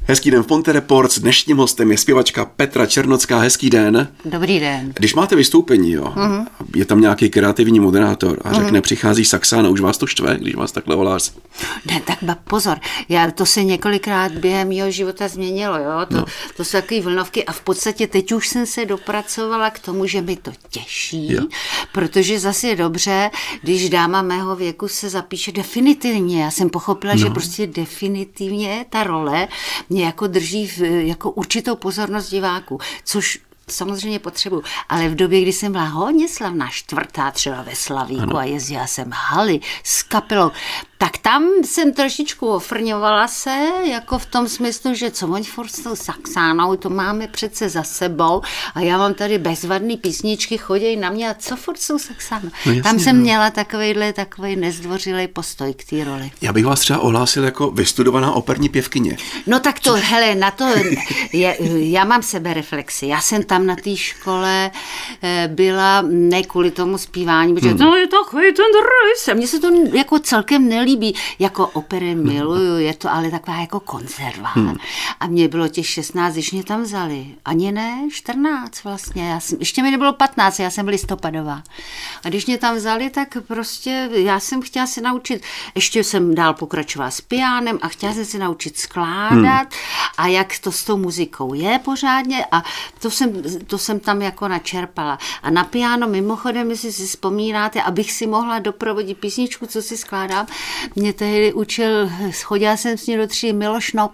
Hezký den v Ponte Reports. Dnešním hostem je zpěvačka Petra Černocká. Hezký den. Dobrý den. Když máte vystoupení, je tam nějaký kreativní moderátor a řekne, přichází Saxána, už vás to štve, když vás takhle voláš? Ne, tak pozor, to se několikrát během mého života změnilo, jo? To jsou takové vlnovky a v podstatě teď už jsem se dopracovala k tomu, že mi to těší, protože zase je dobře, když dáma mého věku se zapíše definitivně. Já jsem pochopila, že prostě definitivně ta role mě jako drží jako určitou pozornost diváků, což samozřejmě potřebuju, ale v době, kdy jsem byla hodně slavná, čtvrtá třeba ve Slavíku a jezdila jsem haly s kapelou, tak tam jsem trošičku ofrňovala se, jako v tom smyslu, že co oni furt s tou Saxánou, to máme přece za sebou a já mám tady bezvadný písničky, chodějí na mě a co furt jsou Saxánou. Tam jsem měla takovej nezdvořilej postoj k té roli. Já bych vás třeba ohlásil jako vystudovaná operní pěvkyně. No tak to, hele, na to, já mám sebereflexi, já jsem tam na té škole byla ne kvůli tomu zpívání, protože to je takový ten rys. Mně se to jako celkem nelíbí, jako opery miluju, je to ale taková jako konzerva. A mě bylo těch 16, když mě tam vzali. Ani ne, 14 vlastně. Ještě mi nebylo 15, já jsem listopadová. A když mě tam vzali, tak prostě já jsem chtěla se naučit, ještě jsem dál pokračovala s pianem a chtěla jsem se naučit skládat a jak to s tou muzikou je pořádně a to jsem tam jako načerpala. A na piano mimochodem, jestli si vzpomínáte, abych si mohla doprovodit písničku, co si skládám, mě tehdy učil, chodila jsem s ním do třídy Miloš Nop.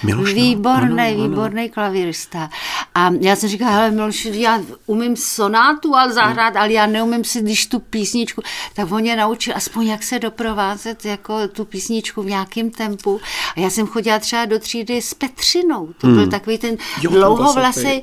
Výborný klavírista. A já jsem říkala, hele Miloš, já umím sonátu ale zahrát, ale já neumím si, když tu písničku, tak on mě naučil aspoň jak se doprovázet jako tu písničku v nějakém tempu. A já jsem chodila třeba do třídy s Petřinou. To byl takový ten dlouhovlasej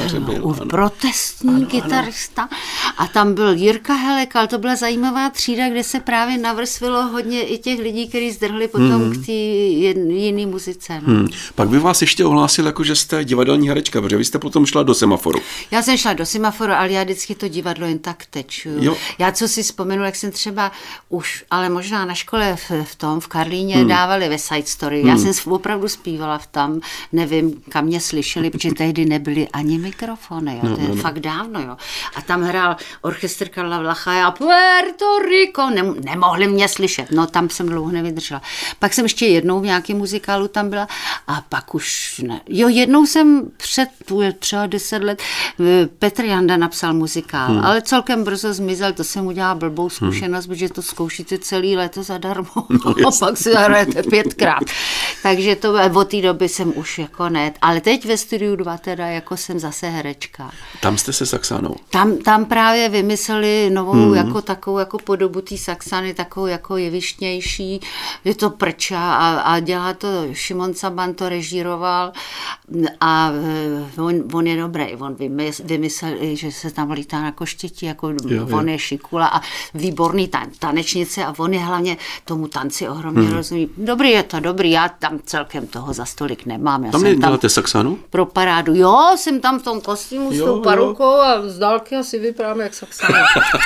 protestní kytarista. A tam byl Jirka Helekal, to byla zajímavá třída, kde se právě navrstvilo hodně i těch lidí, kteří zdrhli potom k té jiné muzice. Pak by vás ještě ohlásil, jako že jste divadelní herečka, protože vy jste potom šla do Semaforu. Já jsem šla do Semaforu, ale já vždycky to divadlo jen tak teču. Já co si vzpomenu, jak jsem třeba už, ale možná na škole v Karlíně dávali West Side Story. Já jsem opravdu zpívala tam, nevím, kam mě slyšeli, protože tehdy nebyly ani mikrofony, to je fakt dávno, jo. A tam hrál orchestr Karla Vlacha a Puerto Rico, nemohli mě slyšet, no tam jsem dlouho nevydržela. Pak jsem ještě jednou v nějakém muzikálu tam byla a pak už ne. Jednou jsem před třeba 10 let, Petr Janda napsal muzikál, ale celkem brzo zmizel, to jsem udělala blbou zkušenost, protože to zkoušíte celý léto zadarmo a pak si zahrajete 5krát. Takže to od té doby jsem už jako ne, ale teď ve Studiu 2 teda jako jsem zase herečka. Tam jste se Saxánou? Tam právě vymysleli novou jako takovou jako podobu té Saxány, takovou jako jevištnější, je to prča a dělá to Šimon Saban, to režíroval a on je dobrý, on vymyslel, že se tam lítá na koštěti, jako on je šikula a výborný tanečnice a on je hlavně tomu tanci ohromně rozumí. Dobrý je to, dobrý, já tam celkem toho za stolik nemám. Já tam děláte Saxánu? Pro parádu, jsem tam v tom kostýmu s tou parukou a z dálky asi vypadám jak Saxána.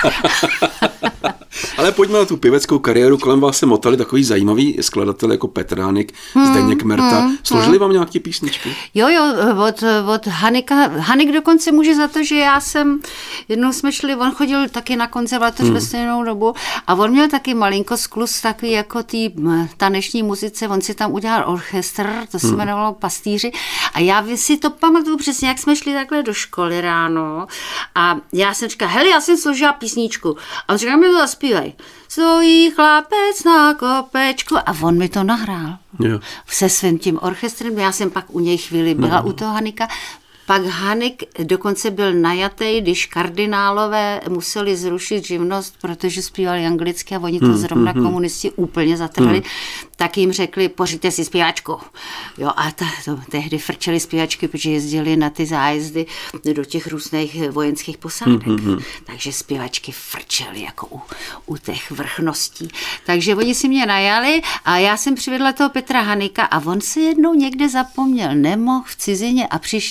Ale pojďme na tu pěveckou kariéru, kolem vás se motali takový zajímavý skladatel jako Petr Hanik, Zdeněk Merta. Složili vám nějaké písničky? Od Hanika. Hanik dokonce může za to, že já jsem, jednou jsme šli, on chodil taky na konzervatoř ve stejnou dobu a on měl taky malinko sklus takový jako té taneční muzice, on si tam udělal orchestr, to se jmenovalo Pastýři a já si to pamatuju přesně, jak jsme šli takhle do školy ráno a já jsem říkala, hele, já jsem složila písničku a on říkal, mi to zaspívej. Stojí chlapec na kopečku a on mi to nahrál. Se svým tím orchestrem, já jsem pak u něj chvíli byla u toho Hanika. Pak Hanik dokonce byl najatý, když kardinálové museli zrušit živnost, protože zpívali anglicky a oni to zrovna komunisti úplně zatrhli, tak jim řekli, pořiďte si zpěvačku. A tehdy frčeli zpěvačky, protože jezdili na ty zájezdy do těch různých vojenských posádek. Takže zpěvačky frčely jako u těch vrchností. Takže oni si mě najali a já jsem přivedla toho Petra Hanika a on se jednou někde zapomněl, nemohl v cizině a přišel na zájezd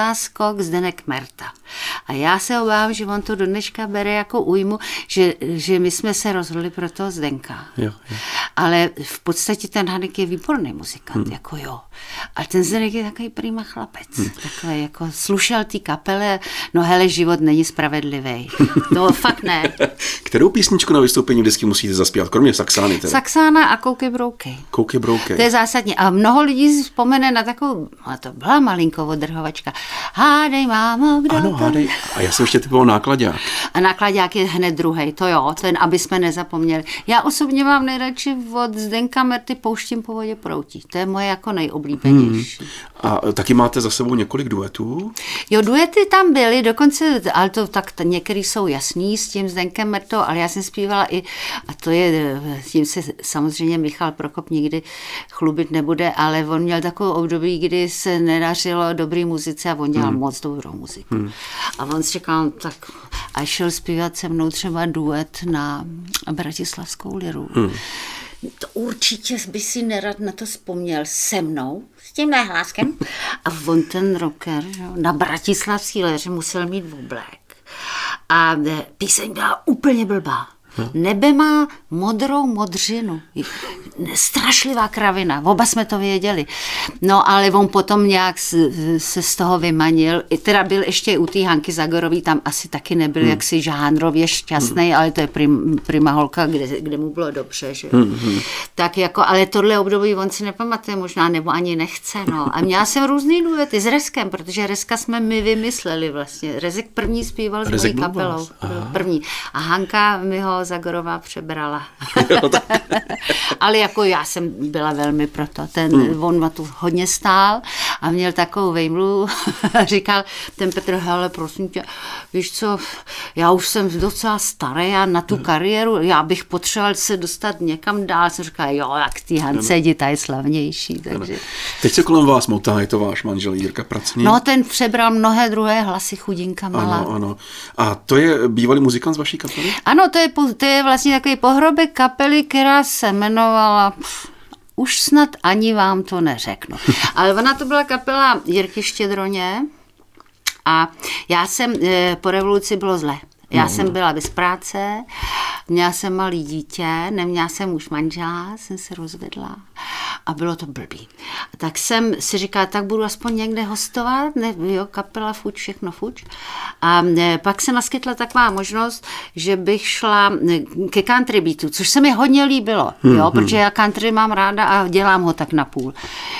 náskok Zdeněk Merta. A já se obávám, že on to do dneška bere jako újmu, že my jsme se rozhodli pro toho Zdenka. Jo. Ale v podstatě ten Hanek je výborný muzikant, jako jo. A ten Zdeněk je takový prima chlapec. Takový jako slušel té kapele, no hele, život není spravedlivý. No fakt ne. Kterou písničku na vystoupení vždycky musíte zaspívat, kromě Saxány teda? Saxána a Kouky brouky. Kouky brouky. To je zásadní. A mnoho lidí si vzpomene na takovou, a to byla malinko odrhovačka. Hádej, mámo, kdo Ano, to... hádej. A já jsem ještě typoval Nákladák. A Nákladák je hned druhej, to jo, ten, aby jsme nezapomněli. Já osobně mám nejradši od Zdenka Merty Pouštím po vodě proutí. To je moje jako nejoblíbenější. A taky máte za sebou několik duetů? Jo, duety tam byly, dokonce, ale to tak některý jsou jasný s tím Zdenkem Mertou, ale já jsem zpívala i, a to je, tím se samozřejmě Michal Prokop nikdy chlubit nebude, ale on měl takovou období, kdy se nedařilo dobrý muzice a on dělal moc dobrou muziku. A on si říkal, tak a šel zpívat se mnou třeba duet na Bratislavskou liru. To určitě by si nerad na to vzpomněl se mnou, s tím hláskem. A on ten rocker na Bratislavský liře musel mít oblek. A píseň byla úplně blbá. Nebe má modrou modřinu. Strašlivá kravina. Oba jsme to věděli. No, ale on potom nějak se z toho vymanil. I teda byl ještě u té Hanky Zagorový, tam asi taky nebyl jaksi žánrově šťastný, ale to je prima holka, kde mu bylo dobře. Že? Tak jako, ale tohle období on si nepamatuje možná, nebo ani nechce. No. A měla jsem různý duety s Rezkem, protože Rezka jsme my vymysleli vlastně. Rezek první zpíval s mojí kapelou. První. A Hanka mi ho Zagorová přebrala. Ale jako já jsem byla velmi proto. On ma tu hodně stál a měl takovou vejmlu a říkal ten Petr, hele, prosím tě, víš co, já už jsem docela starý a na tu kariéru, já bych potřeboval se dostat někam dál. Jsem říkala, jo, jak ty Hance jdi, ta je slavnější. Takže... Teď se kolem vás motá, je to váš manžel Jirka Pracný? No, ten přebral mnohé druhé hlasy, chudinka malá. Ano. A to je bývalý muzikant z vaší kapely? Ano, to je vlastně takový pohrobek kapely, která se jmenovala... Už snad ani vám to neřeknu. Ale ona to byla kapela Jirky Štědroně a já jsem, po revoluci bylo zle. Já jsem byla bez práce, měla jsem malý dítě, neměla jsem už manžela, jsem se rozvedla a bylo to blbý. Tak jsem si říkala, tak budu aspoň někde hostovat, kapela fuč, všechno fuč. A pak se naskytla taková možnost, že bych šla ke country beatu, což se mi hodně líbilo, protože já country mám ráda a dělám ho tak napůl.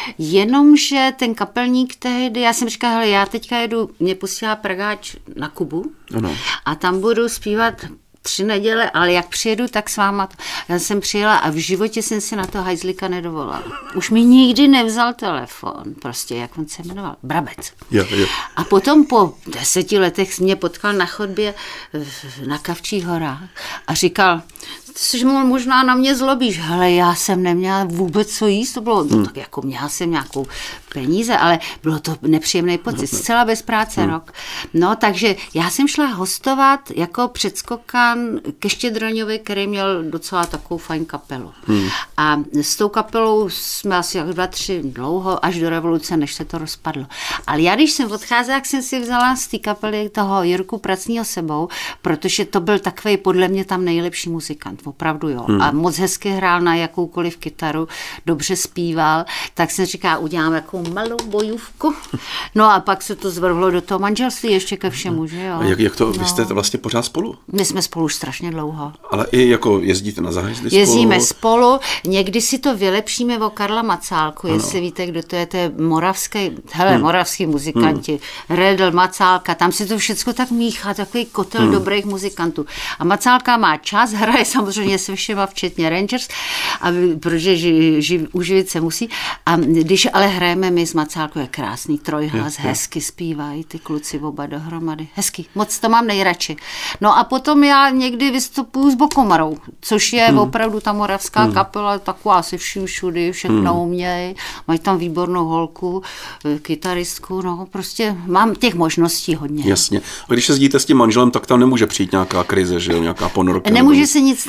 Jenomže ten kapelník tehdy, já jsem říkala, hele, já teďka jedu, mě posílá Pragáč na Kubu a tam budu zpívat 3 neděle, ale jak přijedu, tak s váma. Já jsem přijela a v životě jsem si na to hajzlíka nedovolala. Už mi nikdy nevzal telefon, prostě, jak on se jmenoval, Brabec. Jo. A potom po 10 letech mě potkal na chodbě na Kavčích horách a říkal, ty jsi možná na mě zlobíš, hele, já jsem neměla vůbec co jíst, to bylo, tak jako měla jsem nějakou peníze, ale bylo to nepříjemný pocit, zcela bez práce rok. No, takže já jsem šla hostovat jako předskokan ke Štědroňovi, který měl docela takovou fajn kapelu. A s tou kapelou jsme asi 2-3 dlouho, až do revoluce, než se to rozpadlo. Ale já, když jsem odcházela, jak jsem si vzala z té kapely toho Jirku Pracnýho sebou, protože to byl takovej podle mě tam nejlepší muzikant, opravdu jo. A moc hezky hrál na jakoukoliv kytaru, dobře zpíval, tak jsem říkala, udělám jakou malou bojůvku. No a pak se to zvrhlo do toho manželství ještě ke všemu, že jo. A jak to, vy jste vlastně pořád spolu? My jsme spolu už strašně dlouho. Ale i jako jezdíte na zájezdy spolu? Jezdíme spolu, někdy si to vylepšíme o Karla Macálku, jestli víte, kdo to je moravský, moravský muzikanti, Redl, Macálka, tam si to všechno tak míchá, takový kotel dobrých muzikantů. A Macálka má čas, hraje samozřejmě se všema, včetně Rangers, protože uživit se musí. A když ale hrajeme my s Macálkou, je krásný trojhlas, hezky zpívají ty kluci oba dohromady. Hezky, moc to mám nejradši. No a potom já někdy vystupuju s Bokomarou, což je opravdu ta moravská kapela, taková asi všudy, všechno umějí, mají tam výbornou holku, kytaristku, no prostě mám těch možností hodně. Jasně. A když jezdíte s tím manželem, tak tam nemůže přijít nějaká krize, že jo, nějaká ponorka. Nemůže se nic stát.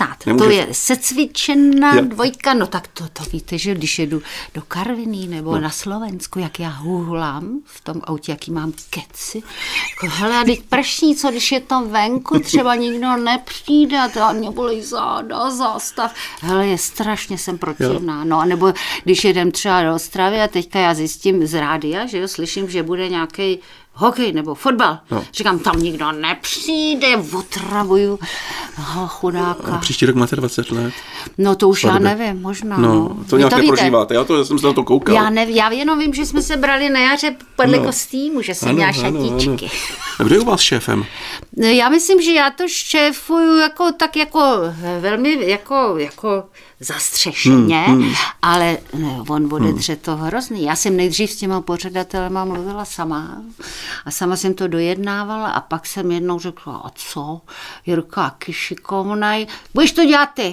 dvakrát. To je secvičená dvojka, no tak to víte, že když jedu do Karviní nebo na Slovensku, jak já hůlám v tom autě, jaký mám keci. Jako, hele, a teď prší, co když je tam venku, třeba nikdo nepřijde a to mě bolí záda, zástav. Hele, je strašně jsem protivná. No, nebo když jedem třeba do Ostravy a teďka já zjistím z rádia, že jo, slyším, že bude nějaký hokej nebo fotbal. No. Říkám, tam nikdo nepřijde, otravuju chudáka. A příští rok máte 20 let? No to už já nevím, možná. No, to nějak neprožíváte, já jsem se na to koukal. Já jenom vím, že jsme se brali na jaře podle kostýmu, že jsem měla šatíčky. Ano. A kdo je u vás šéfem? Já myslím, že já to šéfuju jako velmi jako zastřešeně, ale on odedře to hrozný. Já jsem nejdřív s těma pořadatelema mluvila sama a sama jsem to dojednávala a pak jsem jednou řekla, a co? Jirka, jaký šikovnej, budeš to dělat ty.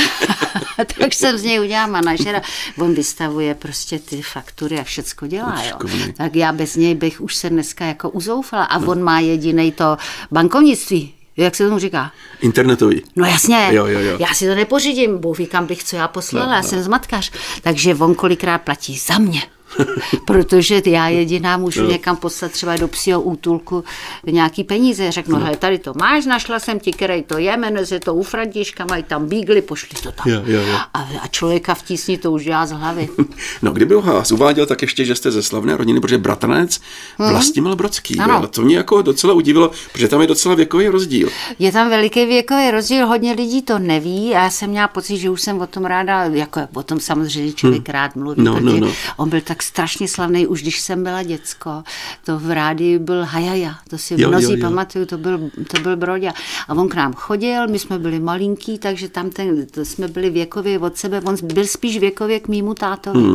Tak jsem z něj udělala manažera. On vystavuje prostě ty faktury a všecko dělá. Jo. Tak já bez něj bych už se dneska jako uzoufala a on má jedinej to bankovnictví. Jak se tomu říká? Internetový. No jasně, jo. Já si to nepořídím, bůh ví, kam bych co já poslala, já jsem zmatkař. Takže on kolikrát platí za mě. Protože já jediná můžu někam poslat třeba do psího útulku nějaký peníze. Řeknu, hele, tady to máš, našla jsem ti, který to je, jmenuje se to u Františka, mají tam bígly, pošli to tam. Jo. A člověka v tísni to už dělá z hlavy. No, kdyby ho vás uváděl, tak ještě, že jste ze slavné rodiny, protože bratranec Vlastimil Brodský. Ano. To mě jako docela udivilo, protože tam je docela věkový rozdíl. Je tam veliký věkový rozdíl, hodně lidí to neví a já jsem měla pocit, že už jsem o tom ráda, jako o tom samozřejmě člověk rád mluví, protože on byl tak strašně slavný, už když jsem byla děcko. To v rádiu byl Hajaja, to si mnozí pamatuju, to byl Broďa. A on k nám chodil, my jsme byli malinký, takže tam to jsme byli věkově od sebe, on byl spíš věkově k mýmu tátovi.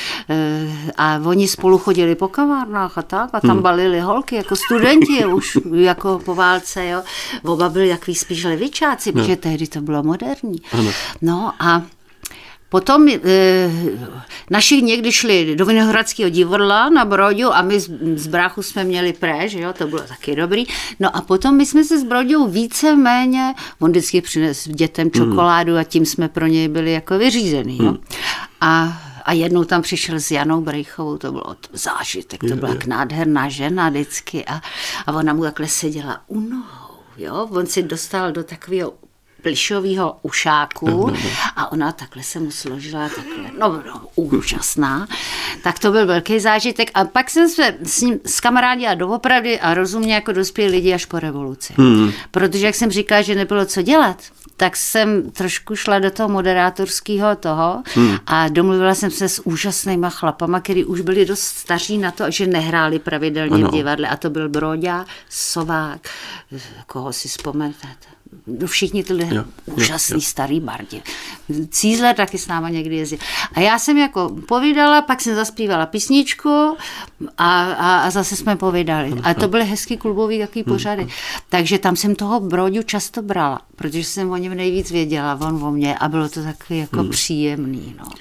A oni spolu chodili po kavárnách a tak, a tam balili holky, jako studenti, už jako po válce, jo. Oba byli takový spíš levičáci, protože tehdy to bylo moderní. No a potom naši někdy šli do Vinohradského divadla na Broďu a my z bráchu jsme měli že jo, to bylo taky dobrý. No a potom my jsme se s Broďou víceméně, on vždycky přines dětem čokoládu a tím jsme pro něj byli jako vyřízený. Jo. A jednou tam přišel s Janou Brejchovou, to bylo zážitek, to byla nádherná žena vždycky a ona mu takhle seděla u nohou, jo, on si dostal do takového plišového ušáku a ona takhle se mu složila, takhle, no, úžasná. Tak to byl velký zážitek a pak jsem se s ním skamarádila doopravdy a rozumně jako dospělí lidi až po revoluci. Protože jak jsem říkala, že nebylo co dělat, tak jsem trošku šla do toho moderátorského toho a domluvila jsem se s úžasnýma chlapama, kteří už byli dost staří na to, že nehráli pravidelně v divadle a to byl Broďa, Sovák, koho si vzpomenete? Všichni tyhle úžasný starý bardi. Cízler taky s náma někdy jezdil. A já jsem jako povídala, pak jsem zaspívala písničku a zase jsme povídali. A to byly hezký klubový takový pořady. Takže tam jsem toho Broďu často brala, protože jsem o něm nejvíc věděla, on o mě a bylo to takový jako příjemný. No.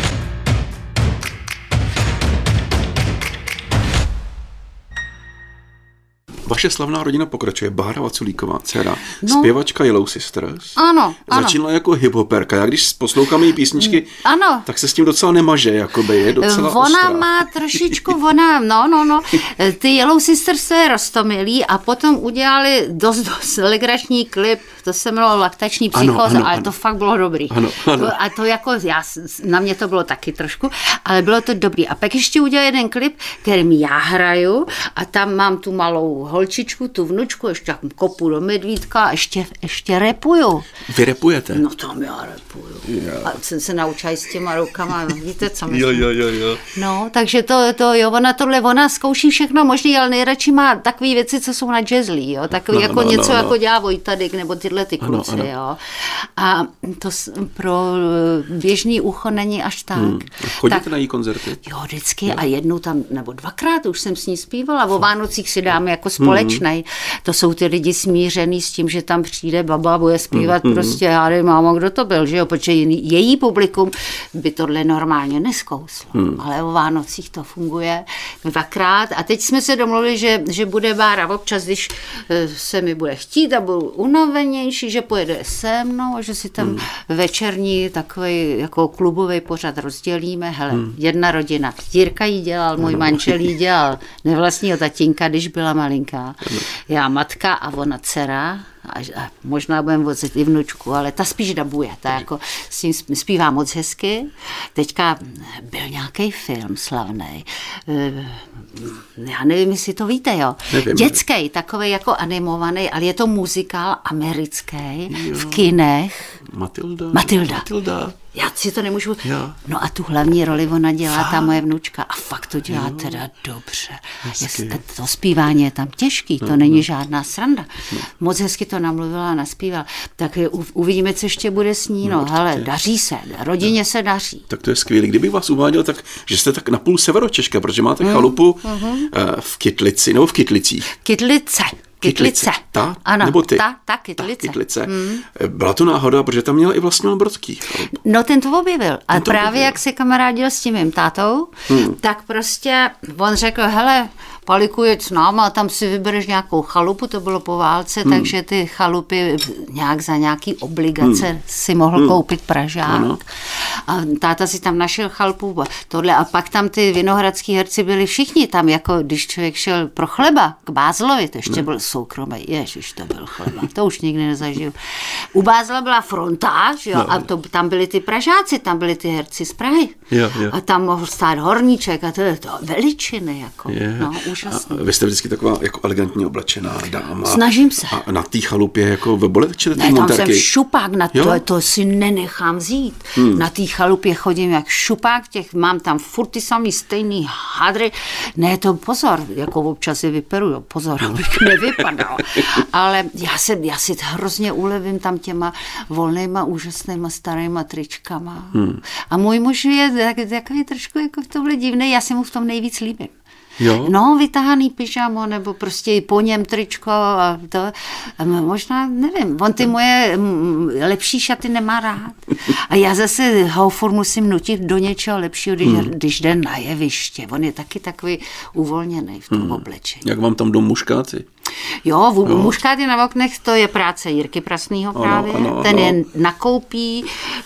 Vaše slavná rodina pokračuje. Bára Vaculíková, dcera, zpěvačka Yellow Sisters. Ano. Začínala jako hiphoperka. Já když poslouchám její písničky, tak se s tím docela nemaže, jakoby je docela ona ostrá. má trošičku, ty Yellow Sisters se roztomilí a potom udělali dost legrační klip, to se jmenovalo Laktační psychóza, ale to fakt bylo dobrý. Ano. A to jako, na mě to bylo taky trošku, ale bylo to dobrý. A pak ještě udělal jeden klip, kterým já hraju a tam mám tu malou holčičku, tu vnučku, ještě tak kopu do medvídka a ještě repuju. Vy repujete? No tam já repuju. A jsem se naučila s těma rukama, víte, co myslím? Jo. No, takže ona zkouší všechno možný, ale nejradši má takové věci, co jsou na jazzlí, jo, takový jako dělá Vojtadek nebo tyhle ty kluci, jo. A to pro běžný ucho není až tak. Chodíte na její koncerty? Jo, vždycky a jednou tam, nebo dvakrát už jsem s ní zpívala, o Vánocích si dáme jako společnej. To jsou ty lidi smířený s tím, že tam přijde baba a bude zpívat prostě, já nevím, máma, kdo to byl, že jo, protože její publikum by tohle normálně neskouslo. Ale o Vánocích to funguje dvakrát a teď jsme se domluvili, že bude Bára občas, když se mi bude chtít a budu unavenější, nejmenší, že pojede se mnou a že si tam večerní takový jako klubový pořad rozdělíme. Hele, jedna rodina. Jirka jí dělal, můj manžel jí dělal nevlastního tatínka, když byla malinká. Já matka a ona dcera. A možná budeme vozit i vnučku, ale ta spíš dabuje, ta jako s tím zpívá moc hezky. Teďka byl nějaký film slavný, já nevím, jestli to víte, jo. Dětský, takový jako animovaný, ale je to muzikál americký v kinech. Matilda. Já si to nemůžu... Jo. No a tu hlavní roli ona dělá, ta moje vnučka. A fakt to dělá teda dobře. To zpívání je tam těžký, to není žádná sranda. Moc hezky to namluvila a naspívala. Tak uvidíme, co ještě bude s ní. No hele, daří se, rodině se daří. Tak to je skvělý. Kdybych vás uváděl, tak, že jste tak napůl severočeška, protože máte chalupu v Kytlici, nebo v Kytlicích. Kytlice. Ta? Ano, nebo ty? Ta Kytlice. Byla to náhoda, protože tam měla i Vlastimil Brodský. No ten to objevil. A právě jak se kamarádil s tím mým tátou, tak prostě on řekl, hele, Paliku, jeď s náma a tam si vybereš nějakou chalupu, to bylo po válce, takže ty chalupy nějak za nějaký obligace si mohl koupit Pražák. Ano. A táta si tam našel chalupu tohle a pak tam ty vinohradský herci byli všichni tam, jako když člověk šel pro chleba k Bázlovi, to ještě byl soukromý, ježiš, to byl chleba, to už nikdy nezažil. U Bázla byla frontáž, jo, a tam byli ty Pražáci, tam byli ty herci z Prahy. Jo. A tam mohl stát Horníček a to je to veličiny, jako, no, úžasný. A vy jste vždycky taková jako elegantně oblečená dáma. Snažím se. A na té chalupě jako ve Bolečce ty ne, monterky. Tam jsem šupák, to si nenechám vzít. Na té chalupě chodím jak šupák, mám tam furt ty samý stejný hadry. Ne, to pozor, jako občas je vyperuju, pozor, abych nevypadal. Ale já si hrozně ulevím tam těma volnýma, úžasnýma starýma tričkama. A můj muž je takový trošku jako v tomhle divný, já se mu v tom nejvíc líbím. Jo? No, vytahaný pyžamo, nebo prostě po něm tričko a to. A možná, nevím, on ty moje lepší šaty nemá rád. A já zase ho furt musím nutit do něčeho lepšího, když jde na jeviště. On je taky takový uvolněný v tom oblečení. Jak vám tam jdou muškáci? Jo, muškáty na oknech, to je práce Jirky Prasnýho právě. Ten je nakoupí,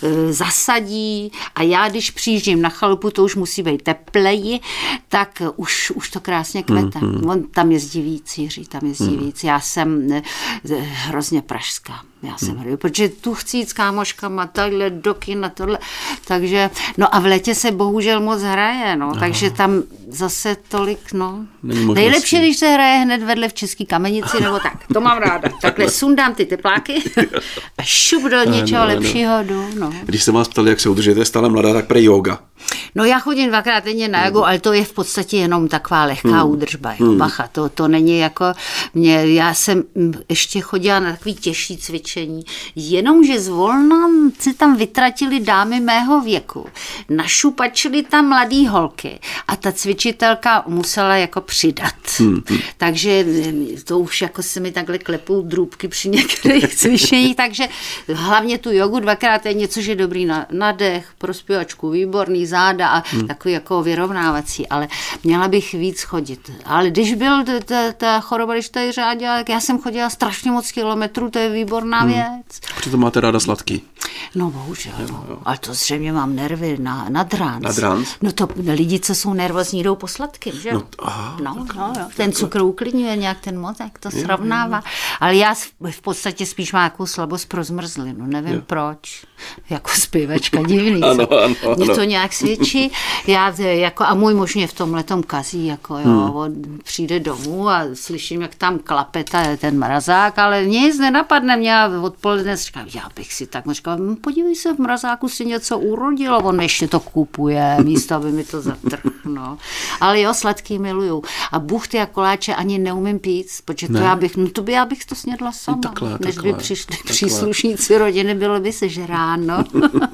zasadí a já, když přijíždím na chalupu, to už musí být tepleji, tak už to krásně kvete. On tam jezdí víc, Jiří, tam jezdí víc. Já jsem hrozně pražská. Já jsem hrozně, protože tu chci jít s kámoškama, tadyhle do kina, tohle. Takže, no a v létě se bohužel moc hraje, no, takže tam zase tolik, no. Nejlepší, když se hraje hned vedle v České Kamenici, nebo tak. To mám ráda. Takhle sundám ty tepláky a šup do něčeho lepšího jdu, no. Když se vás ptali, jak se udržíte stále mladá, tak prej yoga. No já chodím 2krát denně na jogu, ale to je v podstatě jenom taková lehká údržba. Bacha, to není jako já jsem ještě chodila na takový těžší cvičení, jenomže zvolna si tam vytratili dámy mého věku. Našupačili tam mladý holky a ta cvičitelka musela jako přidat. Takže to už jako se mi takhle klepou drůbky při některých cvičeních, takže hlavně tu jogu 2krát denně, což je dobrý na dech, pro zpěvačku, výborný záda a takový jako vyrovnávací, ale měla bych víc chodit. Ale když byl ta choroba, když tady řádila, tak já jsem chodila strašně moc kilometrů, to je výborná věc. Proto máte ráda sladký. No bohužel, jo. Ale to zřejmě mám nervy na dranc. Na dranc? No to lidi, co jsou nervózní, jdou po sladkým, že? No. Ten cukr uklidňuje nějak ten mozek, to srovnává. Ale já v podstatě spíš mám nějakou slabost pro zmrzlinu, nevím proč. Jako zpěvačka divný. Ano. Mě to nějak svědčí. A můj muž mě v tomhletom kazí, jako jo, on přijde domů a slyším, jak tam klape ten mrazák, ale nic nenapadne mě odpoledne, říkám, já bych si tak, říkám, podívej se, v mrazáku si něco urodilo, on ještě to kupuje, místo, aby mi to zatrhl, no. Ale jo, sladký miluju. A buchty a koláče ani neumím pít, protože to já bych to snědla sama, než by přišli příslušníci rodiny, bylo by sežráno.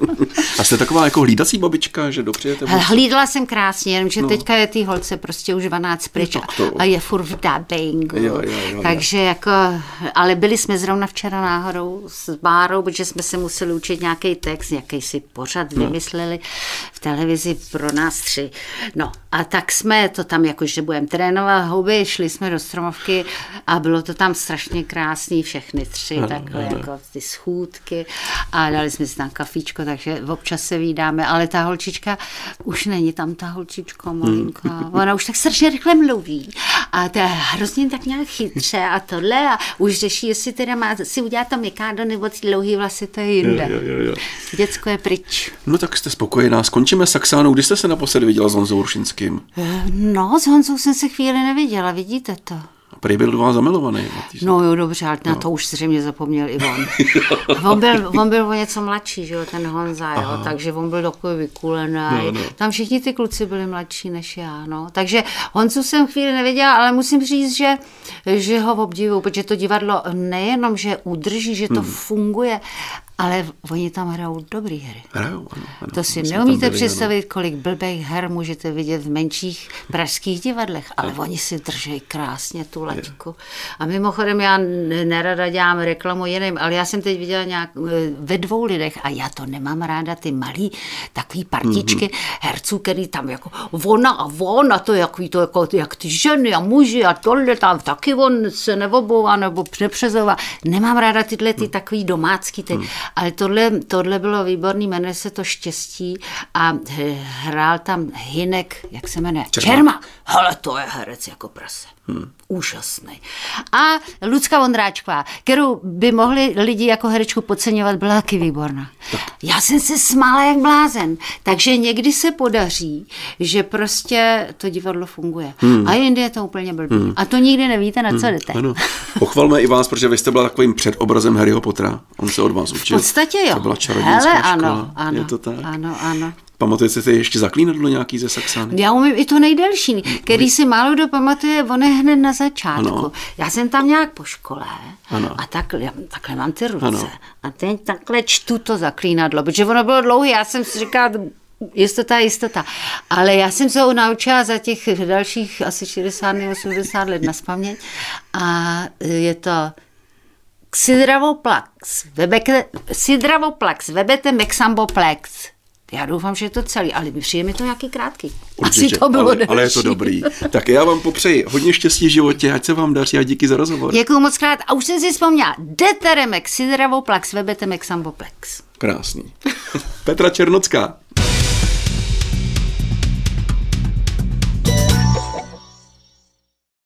A jste taková jako hlídací babička, že dopřejete? Hlídala jsem krásně, jenomže teďka je tý holce prostě už 12 pryč a je furt v dabingu. Jo. Takže jako, ale byli jsme zrovna včera náhodou s Bárou, protože jsme se museli učit nějaký text, nějaký si pořad vymysleli v televizi pro nás 3. No a tak jsme to tam jakože budeme trénovat houby, šli jsme do Stromovky a bylo to tam strašně krásný, všechny tři, takové jako ty schůdky a dali jsme si tam kafíčko, takže občas se vídáme, ale ta holčička, už není tam ta holčička malinká, ona už tak strašně rychle mluví a to je hrozně tak nějak chytře a tohle a už řeší, jestli teda má si udělat to mikádo nebo ty dlouhý vlasy, to je jinde. Jo. Děcko je pryč. No tak jste spokojená, skončíme s Saxánou. Kdy jste se naposledy viděla s Honzou Rušinským? No, s Honzou jsem se chvíli neviděla, vidíte to. Prý byl do vás zamilovaný. No jo, dobře, ale na to už zřejmě zapomněl i on. on byl o něco mladší, že jo, ten Honza, jo, takže on byl takový vykulený. No. Tam všichni ty kluci byli mladší než já, no. Takže Honzu jsem chvíli neviděla, ale musím říct, že ho obdivuju, protože to divadlo nejenom, že udrží, že to funguje, ale oni tam hrajou dobrý hry. Ano. To si neumíte představit, kolik blbých her můžete vidět v menších pražských divadlech, ale oni si drží krásně tu laťku. A mimochodem já nerada dělám reklamu jiným, ale já jsem teď viděla nějak ve 2 lidech a já to nemám ráda, ty malý takový partičky herců, který tam jako ona a on a to jako jak ty ženy a muži a tohle tam taky on se neobouvá nebo nepřezouvá. Nemám ráda tyhle ty takový domácký ale tohle bylo výborný, jmenuje se to Štěstí a hrál tam Hynek, jak se jmenuje? Čermák. Hele, to je herec jako prase. Úžasný. A Lucka Vondráčková, kterou by mohli lidi jako herečku podceňovat, byla taky výborná. Já jsem se smála jak blázen. Takže někdy se podaří, že prostě to divadlo funguje. A jindy je to úplně blbý. A to nikdy nevíte, na co jdete. Ano. Pochvalme i vás, protože vy jste byla takovým předobrazem Harryho Pottera. On se od vás učil. V podstatě jo. To byla čarodějnická škola. Ano, je to tak? Ano. Pamatujete si ještě zaklínadlo nějaký ze Saxány? Já umím i to nejdelší, který si málo kdo pamatuje, on je hned na začátku. Ano. Já jsem tam nějak po škole a takhle mám ty ruce a teď takhle čtu to zaklínadlo, protože ono bylo dlouhé, já jsem si říkala, jistota. Ale já jsem se ho naučila za těch dalších asi 60 nebo 80 let naspaměť a je to Sidravoplax, vebete mexamboplex. Já doufám, že je to celý, ale přijde mi to nějaký krátký. Určitě, asi to bylo ale je to dobrý. Tak já vám popřeji hodně štěstí v životě, ať se vám daří a díky za rozhovor. Děkuju moc krát a už jsem si vzpomněla. Deteremex, Sidravoplax, vebete mexamboplex. Krásný. Petra Černocká.